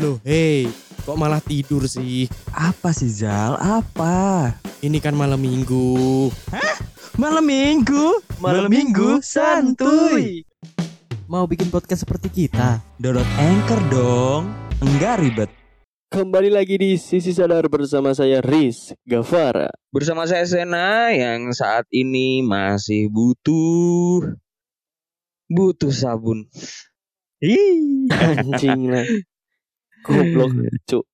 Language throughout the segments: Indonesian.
Loh, hei, kok malah tidur sih? Apa sih Zal? Apa? Ini kan malam minggu. Malam minggu? Malam minggu santuy. Mau bikin podcast seperti kita? Download Anchor dong. Enggak ribet. Kembali lagi di Sisi Sadar bersama saya Riz Gavara. Bersama saya Sena yang saat ini masih butuh sabun. Ih, anjing lah. Goblok, cuk.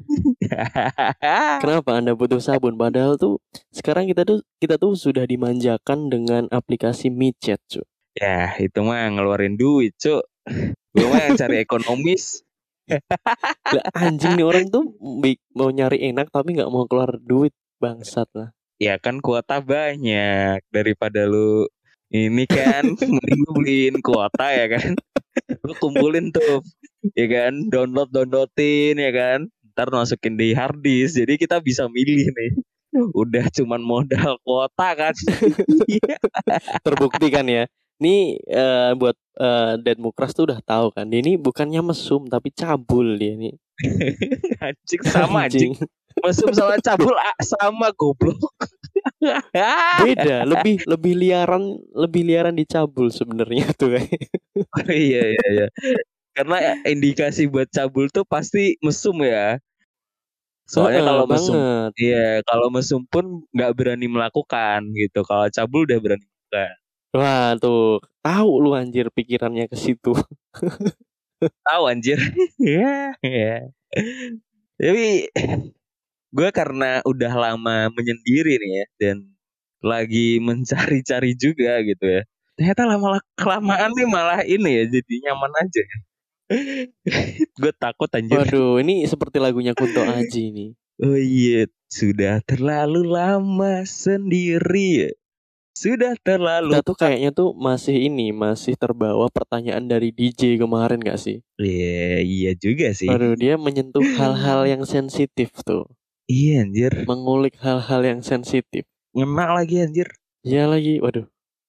Kenapa Anda butuh sabun? Padahal tuh sekarang kita tuh sudah dimanjakan dengan aplikasi micet, cuk. Ya, itu mah ngeluarin duit, Cuk. Gue mah yang cari ekonomis. Lah, anjing nih orang tuh mau nyari enak tapi nggak mau keluar duit, bangsat lah. Ya kan kuota banyak daripada lu ini kan mending lu beliin kuota ya kan. Lu kumpulin tuh ya kan, downloadin ya kan. Ntar masukin di hard disk. Jadi kita bisa milih nih. Udah cuman modal kuota kan. Terbukti kan ya. Ini buat Dead Mukras tuh udah tahu kan. Dia ini bukannya mesum tapi cabul dia nih. Anjing sama anjing. Mesum sama cabul sama goblok. Beda, lebih liaran dicabul sebenarnya tuh kayak. Oh, iya. Karena indikasi buat cabul tuh pasti mesum ya. Soalnya kalau mesum, iya kalau mesum pun nggak berani melakukan gitu. Kalau cabul udah berani melakukan. Wah tuh, tahu lu anjir pikirannya ke situ. Tahu anjir. Iya. Tapi gue karena udah lama menyendiri nih ya, dan lagi mencari-cari juga gitu ya. Ternyata kelamaan nih malah ini ya, jadi nyaman aja. Gue takut anjir. Waduh, ini seperti lagunya Kunto Aji nih. Oh iya, sudah terlalu lama sendiri ya. Sudah terlalu. Kita tuh kayaknya tuh masih terbawa pertanyaan dari DJ kemarin gak sih? Iya juga sih. Waduh, dia menyentuh hal-hal yang sensitif tuh. Iya anjir. Mengulik hal-hal yang sensitif. Ngemak lagi anjir. Iya lagi, waduh.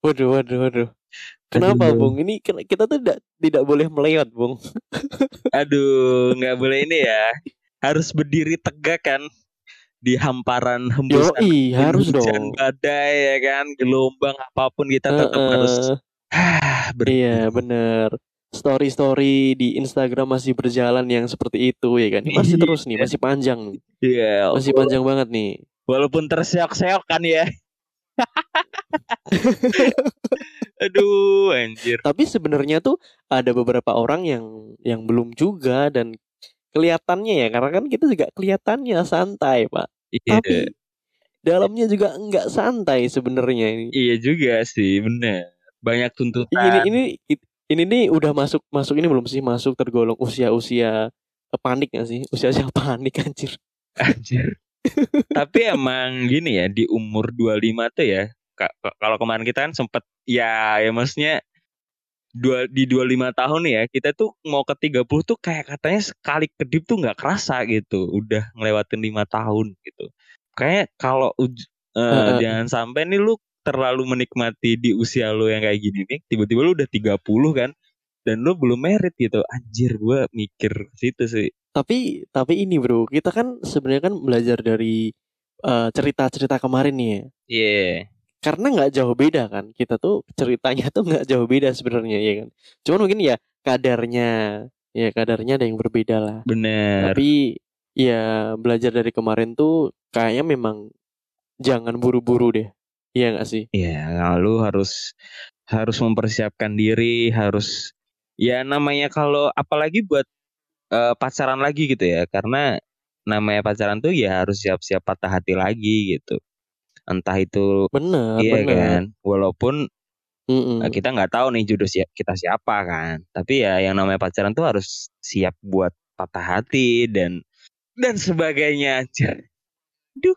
Kenapa Bung? Ini kita tuh tidak boleh melewat Bung. Aduh, nggak boleh ini ya. Harus berdiri tegak kan. Di hamparan hembusan harus hujan, dong. badai ya kan, gelombang apapun kita tetap harus Iya bener. Story di Instagram masih berjalan yang seperti itu ya kan. Masih terus nih, masih panjang nih. Iya. Masih panjang banget nih. Walaupun terseok-seok kan ya. Aduh anjir. Tapi sebenarnya tuh ada beberapa orang yang belum juga, dan kelihatannya ya, karena kan kita juga kelihatannya santai Pak. Iya. Tapi dalamnya juga enggak santai sebenarnya ini. Iya juga sih, bener. Banyak tuntutan. Ini nih udah masuk ini belum sih, masuk tergolong usia panik gak sih? Usia panik anjir. Tapi emang gini ya, di umur 25 tuh ya, kalau kemarin kita kan sempet ya maksudnya di 25 tahun ya, kita tuh mau ke 30 tuh kayak katanya sekali kedip tuh gak kerasa gitu. Udah ngelewatin 5 tahun gitu. Kayak kalau jangan sampai nih lu terlalu menikmati di usia lu yang kayak gini nih, tiba-tiba lu udah 30 kan, dan lu belum married gitu. Anjir, gue mikir situ sih. Tapi ini bro, kita kan sebenarnya kan belajar dari cerita-cerita kemarin nih ya. Iya. Karena nggak jauh beda kan, kita tuh ceritanya tuh nggak jauh beda sebenarnya ya kan. Cuman mungkin ya kadarnya ada yang berbeda lah. Bener. Tapi ya belajar dari kemarin tuh kayaknya memang jangan buru-buru deh. Iya nggak sih? Iya, lu harus mempersiapkan diri, harus ya namanya kalau apalagi buat pacaran lagi gitu ya, karena namanya pacaran tuh ya harus siap-siap patah hati lagi gitu. Entah itu bener. kan, walaupun kita nggak tahu nih jodoh kita siapa kan, tapi ya yang namanya pacaran tuh harus siap buat patah hati dan sebagainya. Duh,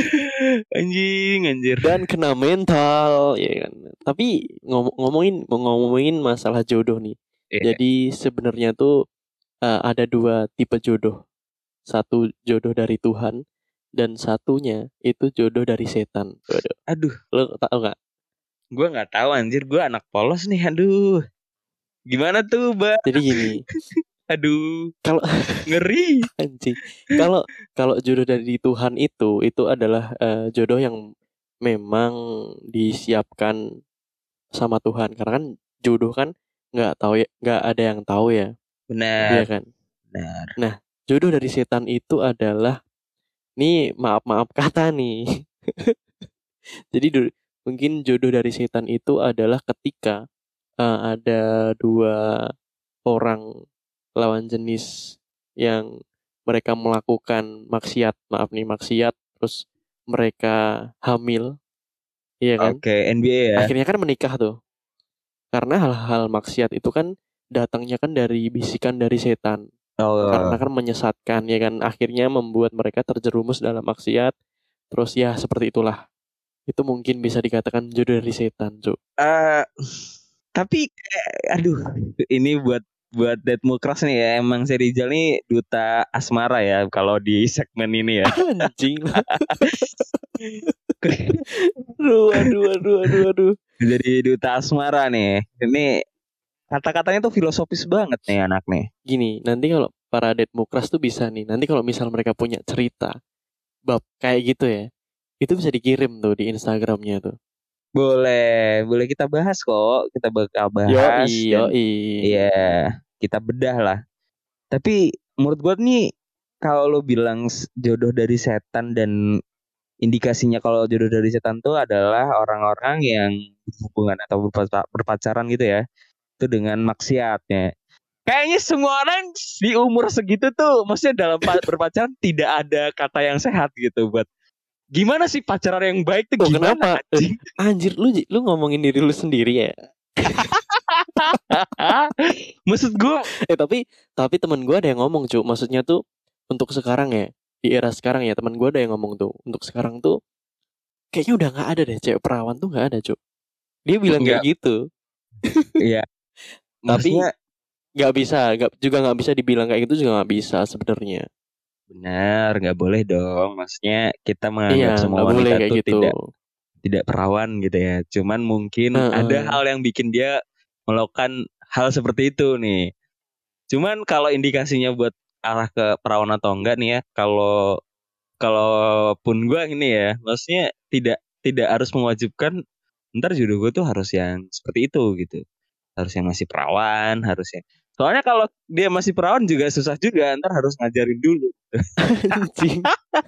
anjir. Dan kena mental, ya kan. Tapi ngomongin masalah jodoh nih. Yeah. Jadi sebenarnya tuh ada dua tipe jodoh. Satu jodoh dari Tuhan, dan satunya itu jodoh dari setan. Waduh. Aduh, lo tau nggak? Gue nggak tahu anjir, gue anak polos nih. Aduh, gimana tuh, Mbak? Jadi gini, Aduh, Kalau ngeri. anjing. Kalau kalau jodoh dari Tuhan itu adalah jodoh yang memang disiapkan sama Tuhan. Karena kan jodoh kan nggak tahu ya, nggak ada yang tahu ya, iya Benar, kan? benar. Nah, jodoh dari setan itu adalah nih maaf kata nih. Jadi mungkin jodoh dari setan itu adalah ketika ada dua orang lawan jenis yang mereka melakukan maksiat, maaf nih maksiat, terus mereka hamil, iya kan? Oke, NBA ya. Akhirnya kan menikah tuh. Karena hal-hal maksiat itu kan datangnya kan dari bisikan dari setan. Karena Oh, kan menyesatkan ya kan, akhirnya membuat mereka terjerumus dalam maksiat. Terus ya seperti itulah. Itu mungkin bisa dikatakan jodoh dari setan, Cuk. eh tapi aduh, ini buat Deadmu keras nih ya. Emang si Rizal nih duta asmara ya kalau di segmen ini ya. Anjing. Aduh, aduh, aduh, aduh, aduh. Jadi duta asmara nih. Ini kata-katanya tuh filosofis banget nih anak nih. Gini, nanti kalau para Deadmukras tuh bisa nih. Nanti kalau misal mereka punya cerita bab kayak gitu ya, itu bisa dikirim tuh di Instagramnya tuh. Boleh kita bahas kok. Kita bakal bahas Yoi, dan yoi. ya kita bedah lah. Tapi menurut gua nih kalau lo bilang jodoh dari setan dan indikasinya kalau jodoh dari setan tuh adalah orang-orang yang berhubungan atau berpacaran gitu ya. Itu dengan maksiatnya. Kayaknya semua orang di umur segitu tuh maksudnya dalam berpacaran tidak ada kata yang sehat gitu buat gimana sih pacaran yang baik tuh Oh, gimana kenapa? anjing? Anjir, lu ngomongin diri lu sendiri ya. Maksud gue Tapi teman gue ada yang ngomong, Cuk. Maksudnya tuh untuk sekarang ya, di era sekarang ya, teman gue ada yang ngomong tuh. Untuk sekarang tuh kayaknya udah nggak ada deh cewek perawan tuh nggak ada, Cuk. Dia bilang kayak nggak gitu. ya Tapi maksudnya nggak bisa dibilang kayak gitu juga nggak bisa sebenarnya. benar nggak boleh dong maksudnya kita Iya, menganggap semua nggak boleh wanita kayak tuh gitu. tidak perawan gitu ya cuman mungkin ada Heeh. hal yang bikin dia melakukan hal seperti itu nih cuman kalau indikasinya buat arah ke perawan atau enggak nih ya kalau kalaupun gue ini ya maksudnya tidak tidak harus mewajibkan ntar jodoh gue tuh harus yang seperti itu gitu harus yang masih perawan harus yang soalnya kalau dia masih perawan juga susah juga ntar harus ngajarin dulu. Anjing.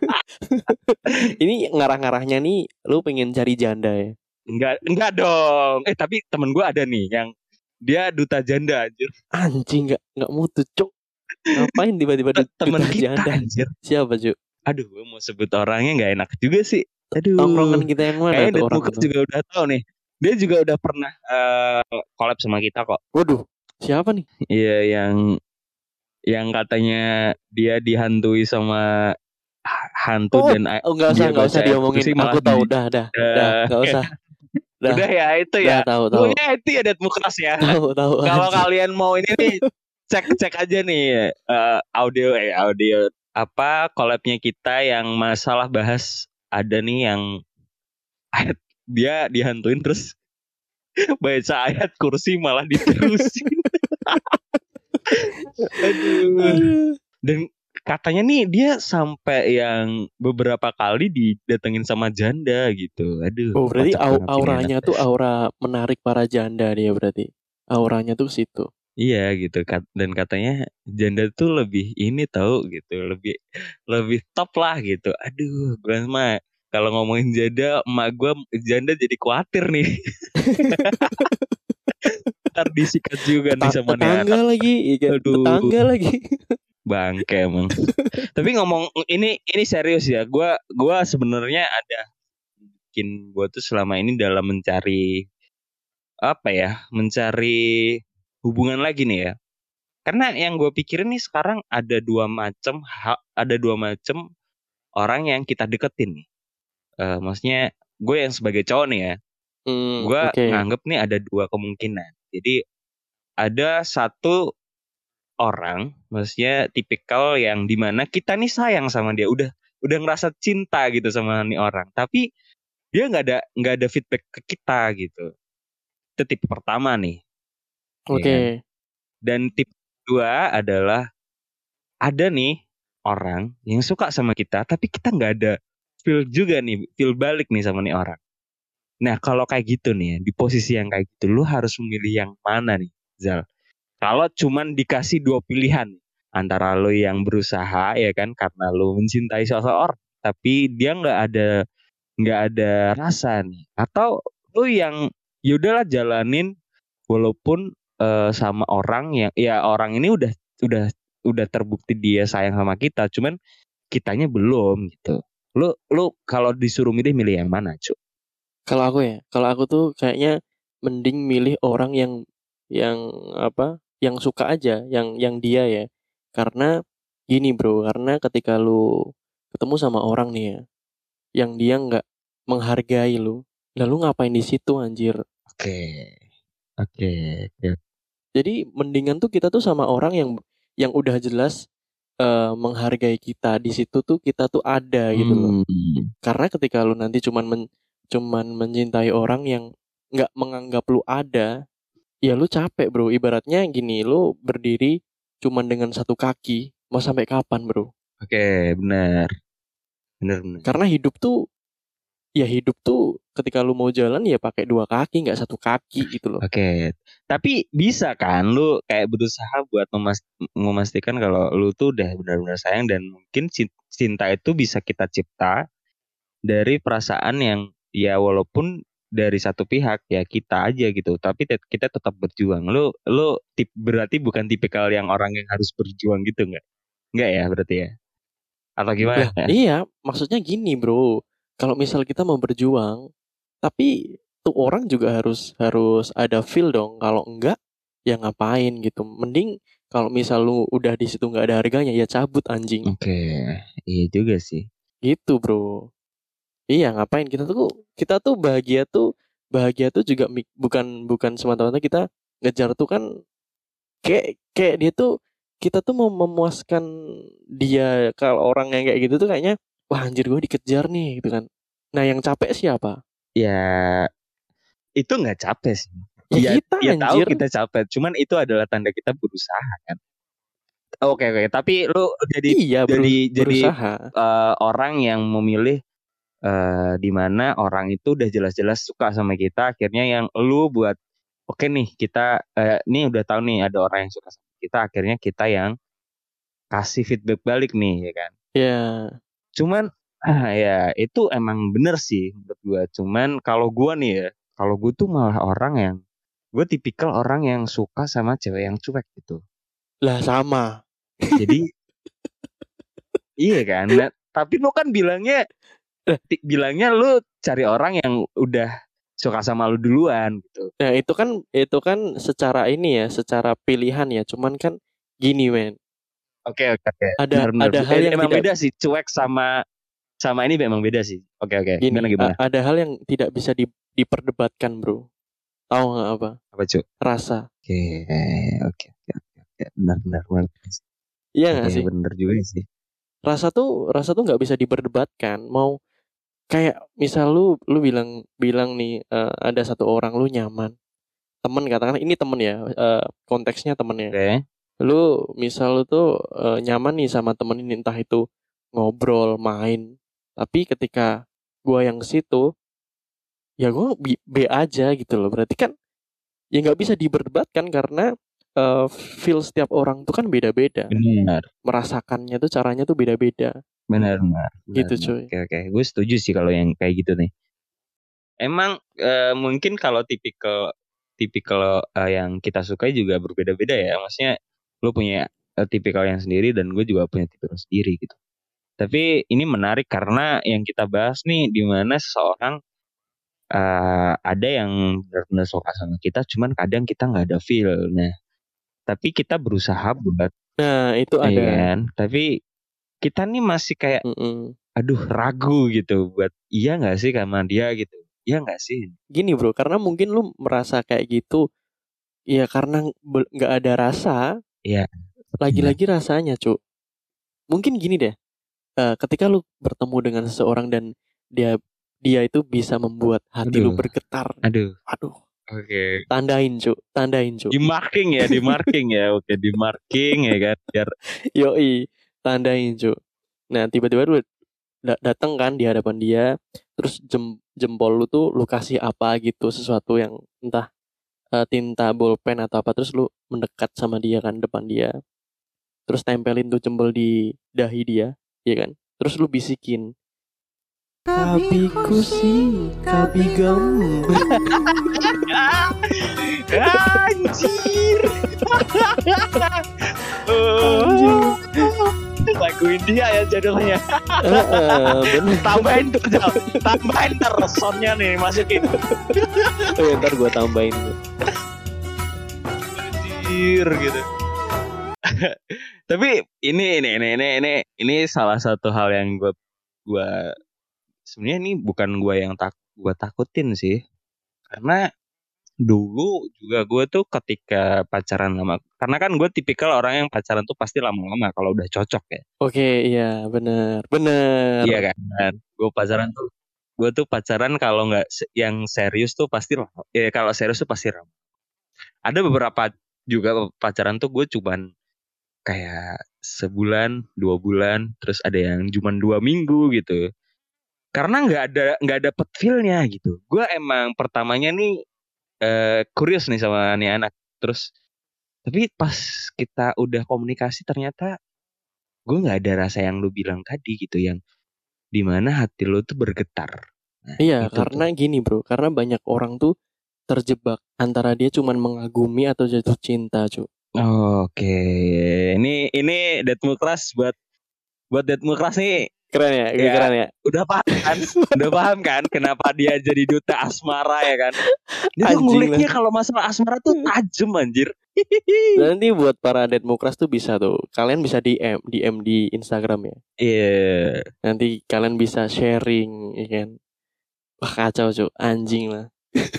Ini ngarah-ngarahnya nih, lu pengen cari janda ya? Enggak dong. Tapi temen gue ada nih yang dia duta janda anjir. Anjing, nggak mutu, Cuk. Ngapain tiba-tiba Temen duta kita janda? anjir. Siapa, Cuk? Aduh, gue mau sebut orangnya nggak enak juga sih. Tongkrongan Aduh. kita yang mana Kayaknya tuh Dead orang Mukas itu? juga udah tahu nih. Dia juga udah pernah collab sama kita kok. Waduh, siapa nih? Iya yang katanya dia dihantui sama hantu dan Nggak dia usah baca ayat diomongin. kursi malah Aku tahu, di dah, eh, nggak usah. Dah, udah ya itu dah ya. tahu. Pokoknya itu ya Dead Mukas ya. Tahu. Kalau Anjing. kalian mau ini nih cek aja nih audio apa collabnya kita yang masalah bahas ada nih yang ayat dia dihantuin terus baca ayat kursi malah diterusin. Aduh. Dan katanya nih dia sampai yang beberapa kali didatengin sama janda gitu. Aduh, Oh, berarti kocak banget ini anak. auranya tuh aura menarik para janda dia berarti. Auranya tuh situ. Iya gitu dan katanya janda tuh lebih ini tahu gitu, lebih top lah gitu. Aduh, gue mah kalau ngomongin janda, emak gue janda jadi khawatir nih. Ntar disikat juga nih sama nih Tetangga anak. lagi, iya kan? Aduh, Tetangga lagi. bangke emang. Tapi ngomong ini serius ya. Gua sebenarnya ada bikin gue tuh selama ini dalam mencari apa ya, mencari hubungan lagi nih ya. Karena yang gue pikirin nih sekarang ada dua macam orang yang kita deketin nih. Maksudnya gue yang sebagai cowok nih ya, gue Oke. nganggep nih ada dua kemungkinan. Jadi ada satu orang, maksudnya tipikal yang dimana kita nih sayang sama dia, udah ngerasa cinta gitu sama nih orang, tapi dia nggak ada feedback ke kita gitu. Itu tipe pertama nih, ya kan? Oke. Dan kedua adalah ada nih orang yang suka sama kita tapi kita nggak ada feel juga nih, feel balik nih sama nih orang. Nah kalau kayak gitu nih ya, di posisi yang kayak gitu lu harus memilih yang mana nih, Zal? Kalau cuman dikasih dua pilihan antara lu yang berusaha ya kan karena lu mencintai seseorang tapi dia nggak ada rasa nih, atau lu yang yaudahlah jalanin walaupun sama orang yang ya orang ini udah udah terbukti dia sayang sama kita cuman kitanya belum gitu. Lu kalau disuruh milih yang mana, Cuk? Kalau aku tuh kayaknya mending milih orang yang apa? Yang suka aja, yang dia ya. Karena gini bro, karena ketika lu ketemu sama orang nih ya, yang dia nggak menghargai lu, lalu ngapain di situ anjir? Oke. Oke. Oke. Jadi mendingan tuh kita tuh sama orang yang udah jelas menghargai kita di situ tuh kita tuh ada gitu loh. Karena ketika lu nanti cuman mencintai orang yang nggak menganggap lu ada, ya lu capek bro. Ibaratnya gini, lu berdiri cuman dengan satu kaki, mau sampai kapan bro? Oke, benar. Benar. Karena hidup tuh ketika lu mau jalan ya pakai dua kaki, nggak satu kaki gitu loh. Oke. Tapi bisa kan lu kayak berusaha buat memastikan kalau lu tuh udah benar-benar sayang dan mungkin cinta itu bisa kita cipta dari perasaan yang ya walaupun dari satu pihak ya kita aja gitu tapi kita tetap berjuang. Lu berarti bukan tipikal yang orang yang harus berjuang gitu nggak ya berarti ya, atau gimana Lah, iya, maksudnya gini bro. Kalau misal kita mau berjuang, tapi tuh orang juga harus harus ada feel dong. Kalau enggak, ya ngapain gitu. Mending kalau misal lu udah di situ nggak ada harganya, ya cabut anjing. Oke, iya juga sih. Gitu bro. Iya, ngapain kita tuh bahagia tuh juga bukan bukan semata-mata kita ngejar tuh kan kayak dia tuh kita tuh mau memuaskan dia. Kalau orang yang kayak gitu tuh kayaknya wah anjir gue dikejar nih gitu kan. Nah yang capek siapa? Ya itu nggak capek sih. Ya Ya, kita ya tahu anjir. kita capek. Cuman itu adalah tanda kita berusaha kan. Oke. Tapi lu jadi Iya berusaha. orang yang memilih di mana orang itu udah jelas-jelas suka sama kita, akhirnya yang lu buat oke nih kita nih udah tahu nih ada orang yang suka sama kita, akhirnya kita yang kasih feedback balik nih ya kan. Ya Cuman ya itu emang bener sih menurut gua. Cuman kalau gua nih ya, kalau gua tuh malah orang yang gue tipikal orang yang suka sama cewek yang cuek gitu. lah sama. Jadi iya kan. Nah, tapi lu kan bilangnya lu cari orang yang udah suka sama lu duluan gitu. Nah itu kan secara ini ya, secara pilihan ya. Cuman kan gini men. Oke. Ada Benar. ada hal yang Emang tidak beda sih cuek sama ini memang beda sih. Oke. gini. Gimana? Ada hal yang tidak bisa diperdebatkan bro. Tahu nggak apa? Apa cuy? Rasa. Oke. Benar. Iya nggak Oke, sih? benar juga sih. Rasa tuh nggak bisa diperdebatkan. Mau kayak misal lu bilang nih ada satu orang lu nyaman. Temen katakan ini temen ya, konteksnya temen ya. Oke. Lu misal lu tuh nyaman nih sama temen ini entah itu ngobrol, main. Tapi ketika gua yang ke situ, ya gua B aja gitu loh. Berarti kan ya nggak bisa diperdebatkan karena feel setiap orang tuh kan beda-beda. Benar. Merasakannya tuh caranya tuh beda-beda. Benar. Gitu cuy. Oke. Gue setuju sih kalau yang kayak gitu nih. Emang mungkin kalau tipikal yang kita sukai juga berbeda-beda ya. Maksudnya lu punya tipikal yang sendiri dan gue juga punya tipikal sendiri gitu. Tapi ini menarik karena yang kita bahas nih di mana seseorang ada yang benar-benar suka sama kita, cuman kadang kita nggak ada feel. Nah, tapi kita berusaha buat, Nah itu iya ada. kan? Tapi kita nih masih kayak, Mm-mm. aduh ragu gitu buat iya nggak sih sama dia gitu, iya nggak sih? Gini bro, karena mungkin lu merasa kayak gitu, ya karena nggak ada rasa, Iya. lagi-lagi rasanya cuk. Mungkin gini deh, ketika lu bertemu dengan seseorang dan dia dia itu bisa membuat hati lu Aduh. bergetar. Aduh. Aduh, Oke. Tandain, Cuk. Di marking ya. Oke, di marking ya kan. Biar Yoi, tandain, Cuk. Nah, tiba-tiba lu datang kan di hadapan dia, terus jempol lu tuh lu kasih apa gitu, sesuatu yang entah tinta, bolpen atau apa, terus lu mendekat sama dia kan depan dia. Terus tempelin tuh jempol di dahi dia, ya kan? Terus lu bisikin, "Kabiku sih, kabigam." anjir. Lagu India ya judulnya. Bener. Tambahin terus soundnya nih, masukin. Oh, ya, ntar gue tambahin tuh. Anjir gitu. Tapi ini salah satu hal yang gue sebenarnya ini bukan gue yang gue takutin sih, karena dulu juga gue tuh ketika pacaran lama, karena kan gue tipikal orang yang pacaran tuh pasti lama-lama kalau udah cocok ya. Oke, iya bener. Iya kan, gue tuh pacaran kalau nggak yang serius tuh pasti lama. Ya kalau serius tuh pasti lama. Ada beberapa juga pacaran tuh gue cuman kayak sebulan, 2 bulan, terus ada yang cuman 2 minggu gitu. Karena nggak dapet feel-nya gitu. Gue emang pertamanya nih curious nih sama nih anak. Terus tapi pas kita udah komunikasi ternyata gue nggak ada rasa yang lu bilang tadi gitu, yang dimana hati lu tuh bergetar. Nah, Iya, itu karena tuh. gini bro, karena banyak orang tuh terjebak antara dia cuman mengagumi atau jatuh cinta, Cuk. Oke, ini Deadmu Keras buat Deadmu Keras nih. Keren ya, Ya, keren ya. udah paham kan kenapa dia jadi duta asmara ya kan. Dia tuh Anjing nguliknya lah. kalau masalah asmara tuh tajem anjir. Nanti buat para Demokras tuh bisa tuh, kalian bisa DM di Instagram ya. Iya. Nanti kalian bisa sharing, ya kan. Wah kacau, Cuk. Anjing lah.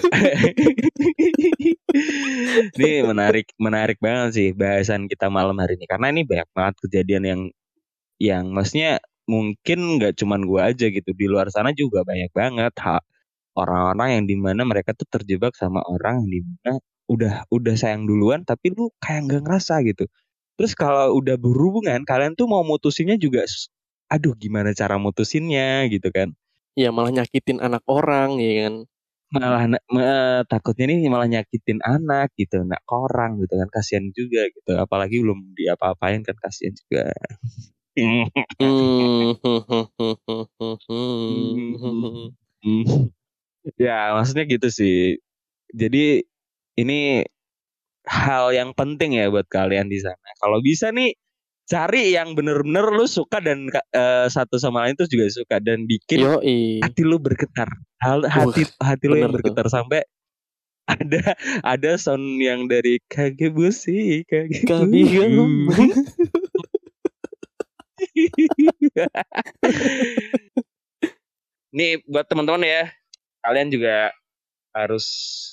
Ini menarik banget sih bahasan kita malam hari ini, karena ini banyak banget kejadian yang maksudnya mungkin nggak cuman gua aja gitu, di luar sana juga banyak banget orang-orang yang dimana mereka tuh terjebak sama orang yang dimana udah sayang duluan tapi lu kayak nggak ngerasa gitu. Terus kalau udah berhubungan kalian tuh mau mutusinnya juga aduh gimana cara mutusinnya gitu kan. Ya malah nyakitin anak orang, ya kan. Malah takutnya nih malah nyakitin anak gitu, nak orang gitu kan, kasihan juga gitu, apalagi belum diapa-apain kan, kasihan juga. Ya maksudnya gitu sih, jadi ini hal yang penting ya buat kalian di sana, kalau bisa nih cari yang bener-bener lu suka dan satu sama lain tuh juga suka dan bikin Yoi. hati lu bergetar, hati lu yang bener tuh. bergetar sampai ada sound yang dari Kagebushi. Kabigam. Nih buat teman-teman ya, kalian juga harus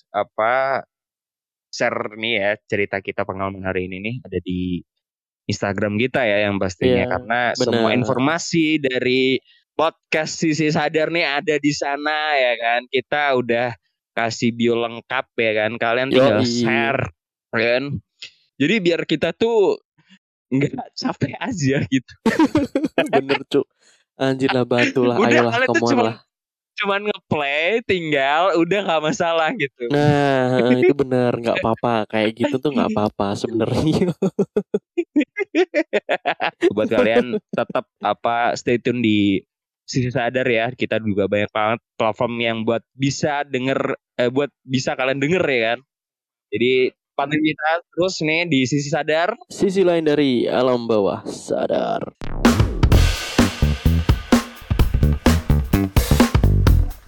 share nih ya cerita kita pengalaman hari ini nih, ada di Instagram kita ya yang pastinya. Iya, Karena bener. semua informasi dari podcast Sisi Sadar nih ada di sana ya kan. Kita udah kasih bio lengkap ya kan. Kalian tinggal share kan. Jadi biar kita tuh nggak capek aja gitu. Bener, Cuk. Anjir lah, batu lah, Udah ayolah, kalian tuh come on lah. cuman ngeplay, tinggal udah nggak masalah gitu. Nah, itu bener, nggak apa-apa. Kayak gitu tuh nggak apa-apa sebenarnya. Buat kalian tetap stay tune di Sisi Sadar ya. Kita juga banyak banget platform yang buat bisa kalian denger ya kan. Jadi pantengin kita terus nih di Sisi Sadar. Sisi lain dari alam bawah sadar.